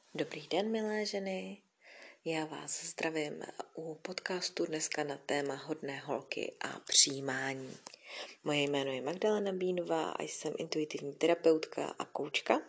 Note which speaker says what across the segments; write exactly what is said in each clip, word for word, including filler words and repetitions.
Speaker 1: Dobrý den, milé ženy. Já vás zdravím u podcastu dneska na téma hodné holky a přijímání. Moje jméno je Magdalena Bínová a jsem intuitivní terapeutka a koučka.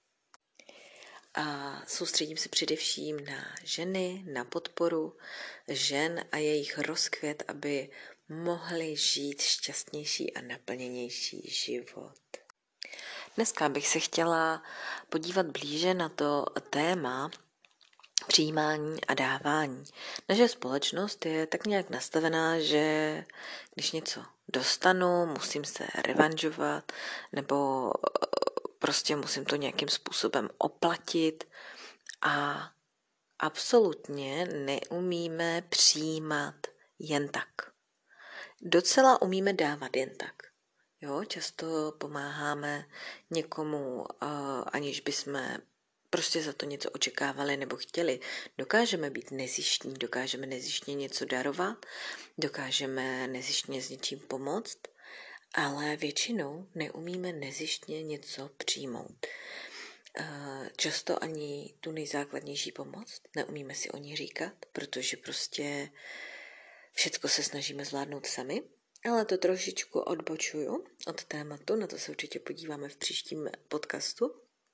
Speaker 1: A soustředím se především na ženy, na podporu žen a jejich rozkvět, aby mohly žít šťastnější a naplněnější život. Dneska bych se chtěla podívat blíže na to téma přijímání a dávání. Naše společnost je tak nějak nastavená, že když něco dostanu, musím se revanžovat nebo prostě musím to nějakým způsobem oplatit a absolutně neumíme přijímat jen tak. Docela umíme dávat jen tak. Jo, často pomáháme někomu, aniž bychom prostě za to něco očekávali nebo chtěli. Dokážeme být nezištní, dokážeme nezištně něco darovat, dokážeme nezištně s něčím pomoct, ale většinou neumíme nezištně něco přijmout. Často ani tu nejzákladnější pomoc neumíme si o ní říkat, protože prostě všecko se snažíme zvládnout sami, ale to trošičku odbočuju od tématu, na to se určitě podíváme v příštím podcastu.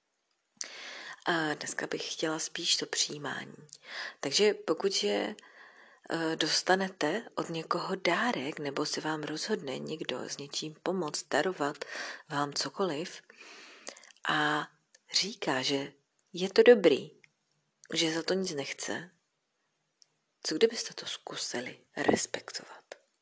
Speaker 1: A dneska bych chtěla spíš to přijímání. Takže pokud je dostanete od někoho dárek nebo se vám rozhodne někdo s něčím pomoct, darovat vám cokoliv a říká, že je to dobrý, že za to nic nechce, co kdybyste to zkusili respektovat?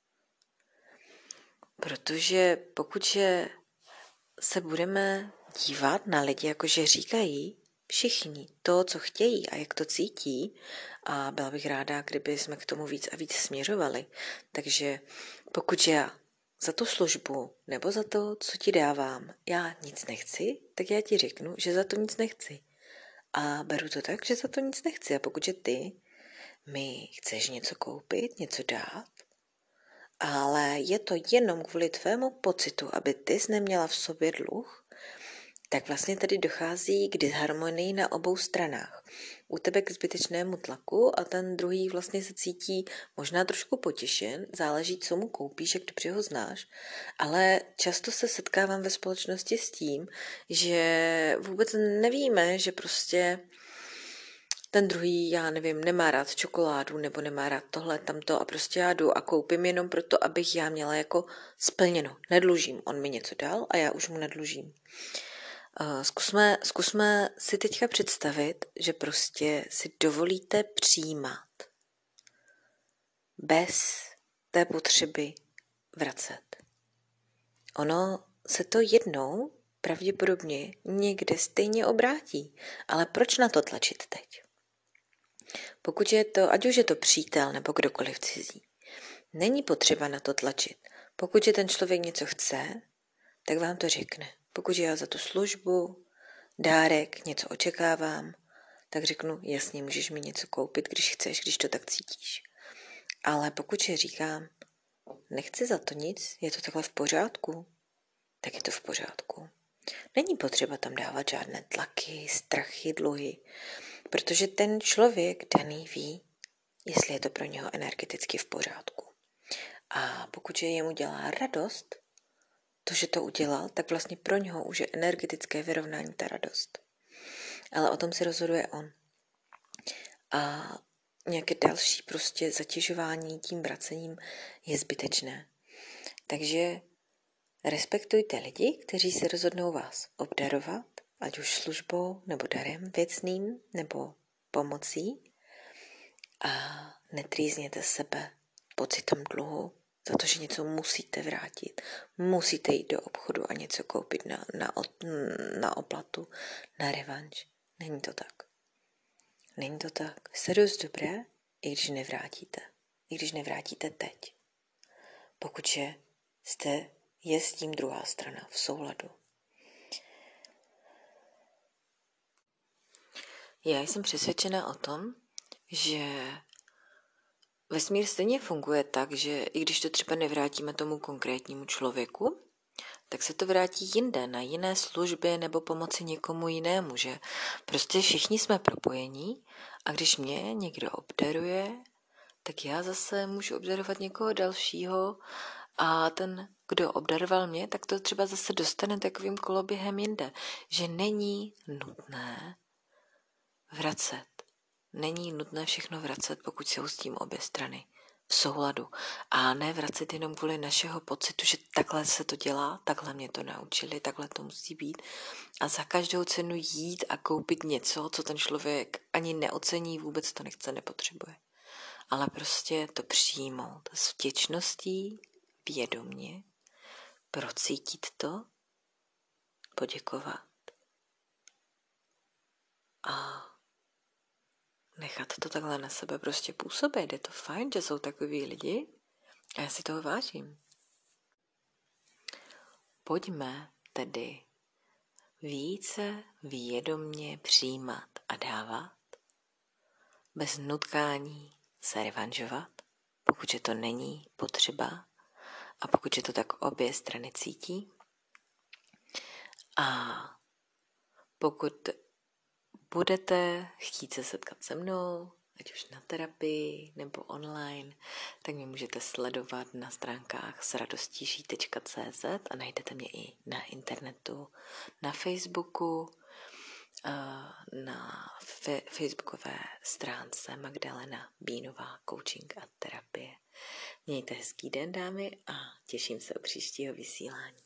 Speaker 1: Protože pokud se budeme dívat na lidi, jakože říkají všichni to, co chtějí a jak to cítí, a byla bych ráda, kdyby jsme k tomu víc a víc směřovali. Takže pokud já za tu službu nebo za to, co ti dávám, já nic nechci, tak já ti řeknu, že za to nic nechci. A beru to tak, že za to nic nechci. A pokud ty mi chceš něco koupit, něco dát, ale je to jenom kvůli tvému pocitu, aby ty jsi neměla v sobě dluh, tak vlastně tady dochází k disharmonii na obou stranách. U tebe k zbytečnému tlaku a ten druhý vlastně se cítí možná trošku potěšen, záleží, co mu koupíš, jak dobře ho znáš, ale často se setkávám ve společnosti s tím, že vůbec nevíme, že prostě ten druhý, já nevím, nemá rád čokoládu nebo nemá rád tohle, tamto a prostě já jdu a koupím jenom proto, abych já měla jako splněno. Nedlužím. On mi něco dal a já už mu nedlužím. Zkusme, zkusme si teďka představit, že prostě si dovolíte přijímat bez té potřeby vracet. Ono se to jednou pravděpodobně někde stejně obrátí, ale proč na to tlačit teď? Pokud je to, ať už je to přítel nebo kdokoliv cizí, není potřeba na to tlačit. Pokud je ten člověk něco chce, tak vám to řekne. Pokud já za tu službu, dárek, něco očekávám, tak řeknu, jasně, můžeš mi něco koupit, když chceš, když to tak cítíš. Ale pokud je říkám, nechci za to nic, je to takhle v pořádku, tak je to v pořádku. Není potřeba tam dávat žádné tlaky, strachy, dluhy, protože ten člověk daný ví, jestli je to pro něho energeticky v pořádku. A pokud je jemu dělá radost, to, že to udělal, tak vlastně pro něho už je energetické vyrovnání ta radost. Ale o tom si rozhoduje on. A nějaké další prostě zatěžování tím vracením je zbytečné. Takže respektujte lidi, kteří se rozhodnou vás obdarovat, ať už službou nebo darem věcným nebo pomocí, a netrýzněte sebe pocitem dluhu, za to, že něco musíte vrátit. Musíte jít do obchodu a něco koupit na, na, na oplatu, na revanš. Není to tak. Není to tak. Jste dost dobré, i když nevrátíte. I když nevrátíte teď. Pokud jste, je s tím druhá strana v souladu. Já jsem přesvědčena o tom, že vesmír stejně funguje tak, že i když to třeba nevrátíme tomu konkrétnímu člověku, tak se to vrátí jinde, na jiné služby nebo pomoci někomu jinému, že prostě všichni jsme propojení a když mě někdo obdaruje, tak já zase můžu obdarovat někoho dalšího a ten, kdo obdaroval mě, tak to třeba zase dostane takovým koloběhem jinde, že není nutné vracet. Není nutné všechno vracet, pokud jsou s tím obě strany v souladu. A ne vracet jenom kvůli našeho pocitu, že takhle se to dělá, takhle mě to naučili, takhle to musí být. A za každou cenu jít a koupit něco, co ten člověk ani neocení, vůbec to nechce, nepotřebuje. Ale prostě to přijmout s vděčností, vědomně, procítit to, poděkovat a nechat to takhle na sebe prostě působit. Je to fajn, že jsou takový lidi a já si toho vážím. Pojďme tedy více vědomně přijímat a dávat, bez nutkání se revanžovat, pokud to není potřeba a pokud to tak obě strany cítí. A pokud budete chtít se setkat se mnou, ať už na terapii nebo online, tak mě můžete sledovat na stránkách s radostíží tečka cé zet a najdete mě i na internetu, na Facebooku, na fe- facebookové stránce Magdalena Bínová, coaching a terapie. Mějte hezký den, dámy, a těším se u příštího vysílání.